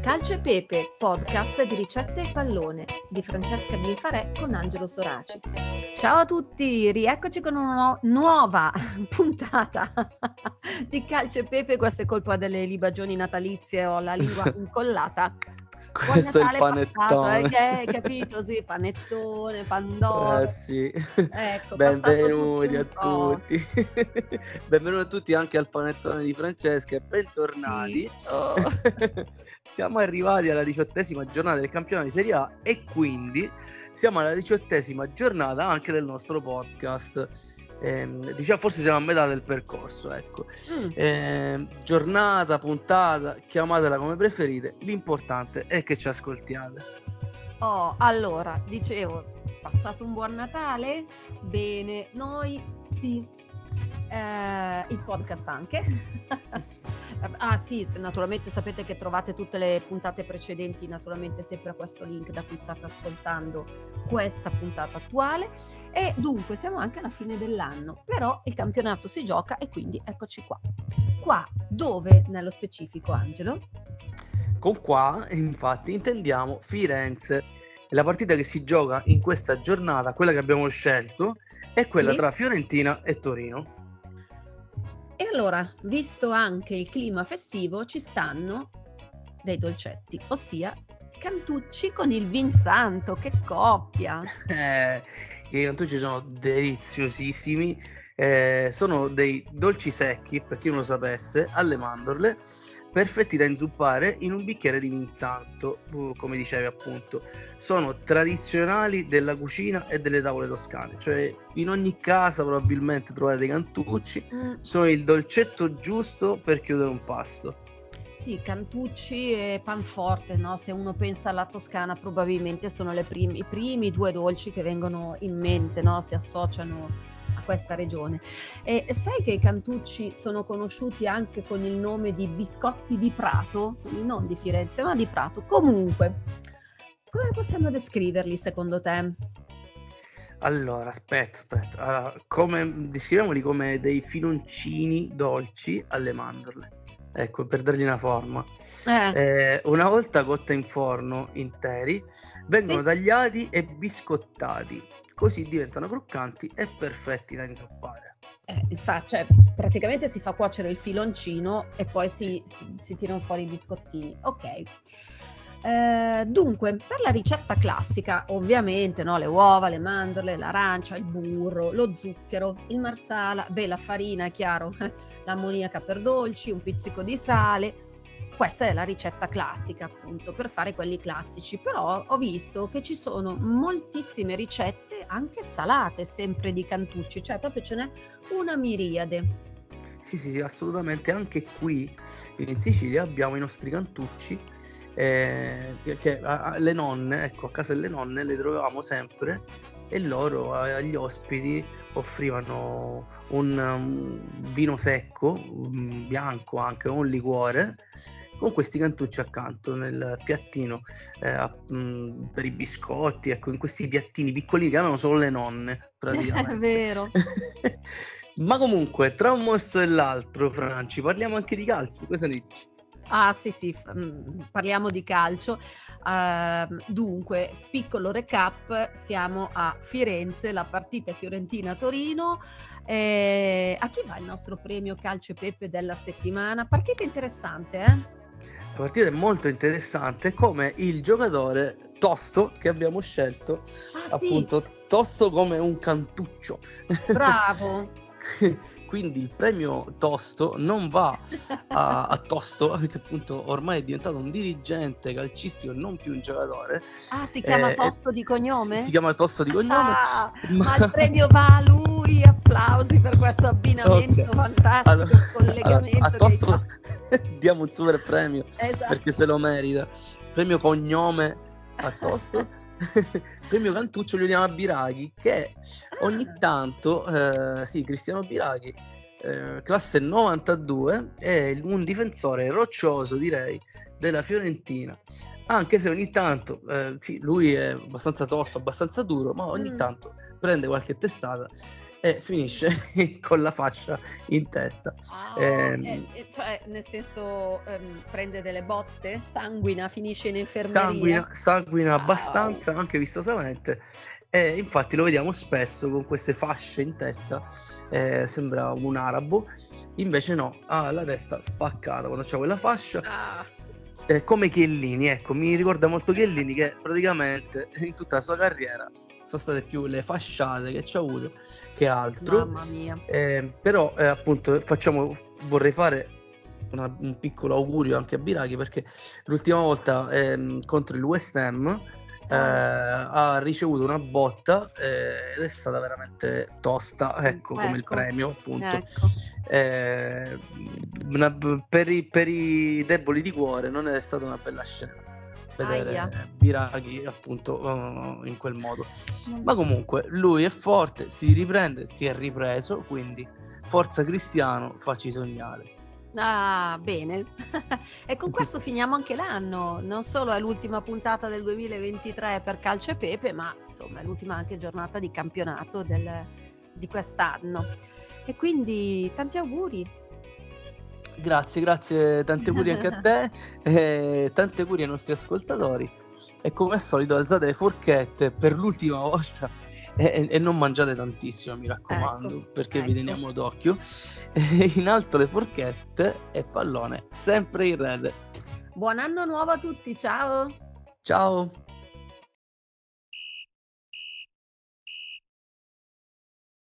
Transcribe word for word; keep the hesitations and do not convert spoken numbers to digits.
Calcio e Pepe, podcast di ricette e pallone di Francesca Binfarè con Angelo Soraci. Ciao a tutti, rieccoci con una nu- nuova puntata di Calcio e Pepe. Questo è colpa delle libagioni natalizie, ho la lingua incollata. Buon Questo è il Natale passato, eh, panettone. che hai capito? Sì, panettone, pandoro. Eh sì, Ecco, passato tutto benvenuti a un po'. tutti. Benvenuti a tutti anche al panettone di Francesca e Sì. bentornati. Oh. Siamo arrivati alla diciottesima giornata del campionato di Serie A e quindi siamo alla diciottesima giornata anche del nostro podcast. Ehm, diciamo forse siamo a metà del percorso, ecco. Mm. Ehm, giornata, puntata, chiamatela come preferite, l'importante è che ci ascoltiate. Oh, allora, dicevo, passato un buon Natale? Bene, noi sì. Eh, il podcast anche. Ah sì, naturalmente sapete che trovate tutte le puntate precedenti, naturalmente sempre a questo link da cui state ascoltando questa puntata attuale. E dunque siamo anche alla fine dell'anno, però il campionato si gioca e quindi eccoci qua. Qua dove nello specifico, Angelo? Con qua, infatti, intendiamo Firenze. La partita che si gioca in questa giornata, quella che abbiamo scelto, è quella Sì. tra Fiorentina e Torino. E allora, visto anche il clima festivo, ci stanno dei dolcetti, ossia cantucci con il vin santo, che coppia! Eh, I cantucci sono deliziosissimi, eh, sono dei dolci secchi, per chi non lo sapesse, alle mandorle, perfetti da inzuppare in un bicchiere di vin santo, uh, come dicevi appunto. Sono tradizionali della cucina e delle tavole toscane, cioè in ogni casa probabilmente trovate dei cantucci, Mm, sono il dolcetto giusto per chiudere un pasto. sì, cantucci e panforte, no? Se uno pensa alla Toscana, probabilmente sono le primi- i primi due dolci che vengono in mente, no? Si associano a questa regione. E sai che i cantucci sono conosciuti anche con il nome di biscotti di Prato, quindi non di Firenze, ma di Prato. Comunque, come possiamo descriverli secondo te? Allora, aspetta, aspetta. Allora, come, descriviamoli come dei filoncini dolci alle mandorle. Ecco, per dargli una forma. Eh, Eh, una volta cotta in forno interi, vengono sì. tagliati e biscottati, così diventano croccanti e perfetti da inzuppare. Eh, infatti, cioè, praticamente si fa cuocere il filoncino e poi si, si, si tirano fuori i biscottini. Ok. Eh, dunque, per la ricetta classica, ovviamente, no, le uova, le mandorle, l'arancia, il burro, lo zucchero, il marsala, beh, la farina, è chiaro, l'ammoniaca per dolci, un pizzico di sale. Questa è la ricetta classica, appunto, per fare quelli classici. Però ho visto che ci sono moltissime ricette anche salate, sempre di cantucci, cioè proprio ce n'è una miriade. Sì, sì, sì, assolutamente. Anche qui in Sicilia abbiamo i nostri cantucci, eh, che, che a- a- le nonne, ecco, a casa delle nonne le trovavamo sempre e loro a- agli ospiti offrivano un, um, vino secco, um, bianco anche, un liquore, con questi cantucci accanto nel piattino, eh, a- mm, per i biscotti, ecco, in questi piattini piccolini che avevano solo le nonne, È praticamente. vero. Ma comunque, tra un morso e l'altro, Franci, parliamo anche di calcio, cosa ne dici? Ah sì, sì, f- mm, parliamo di calcio. Ehm, dunque, piccolo recap, siamo a Firenze, la partita è Fiorentina-Torino. Eh, a chi va il nostro premio Calcio e Pepe della settimana? Partita interessante, eh? La partita è molto interessante, come il giocatore tosto che abbiamo scelto, Ah sì, appunto tosto come un cantuccio. bravo. Quindi il premio tosto non va a, a Tosto, perché appunto ormai è diventato un dirigente calcistico e non più un giocatore. Ah, si chiama Eh, Tosto di si, cognome? si chiama Tosto di cognome, Ah, ma, ma il premio va a lui, applausi per questo abbinamento ok. fantastico, Allora, il allora, collegamento a che hai Tosto fatto. diamo un super premio Esatto. perché se lo merita. Premio cognome a Tosto. Premio Cantuccio gli diamo a Biraghi, che ogni Ah, tanto, eh, sì, Cristiano Biraghi, eh, classe novantadue, è un difensore roccioso, direi, della Fiorentina. Anche se ogni tanto, eh, sì, lui è abbastanza tosto, abbastanza duro, ma ogni mm. tanto prende qualche testata e finisce con la fascia in testa. Ah, Ehm, e e cioè nel senso, ehm, prende delle botte? Sanguina, finisce in infermeria? sanguina sanguina Wow! abbastanza, anche vistosamente, e infatti lo vediamo spesso con queste fasce in testa, ehm, sembra un arabo, invece no, ha la testa spaccata quando c'ha quella fascia. Ah, Ehm, come Chiellini, ecco, mi ricorda molto Chiellini che praticamente in tutta la sua carriera sono state più le fasciate che c'ha avuto che altro. mamma mia. Ehm, però, ehm, appunto facciamo vorrei fare una un piccolo augurio anche a Biraghi perché l'ultima volta, ehm, contro il West Ham, ehm, Ah, ha ricevuto una botta, ehm, ed è stata veramente tosta, mh, ecco, come il ecco, premio appunto. ecco. Ehm, una b per i per i deboli di cuore non è stata una bella scena Ahia. vedere Biraghi appunto, uhm, in quel modo. Non Ma comunque lui è forte, si riprende, si è ripreso, quindi forza Cristiano, facci sognare. Ah, bene. E con questo finiamo anche l'anno. Non solo è l'ultima puntata del duemilaventitré per Calcio e Pepe, ma insomma è l'ultima anche giornata di campionato del di quest'anno. E quindi tanti auguri. Grazie, grazie, tanti auguri anche a te, e tanti auguri ai nostri ascoltatori e come al solito alzate le forchette per l'ultima volta e e e non mangiate tantissimo, mi Ecco, raccomando, perché vi ecco. teniamo d'occhio. E in alto le forchette e pallone sempre in rete. Buon anno nuovo a tutti, ciao. Ciao.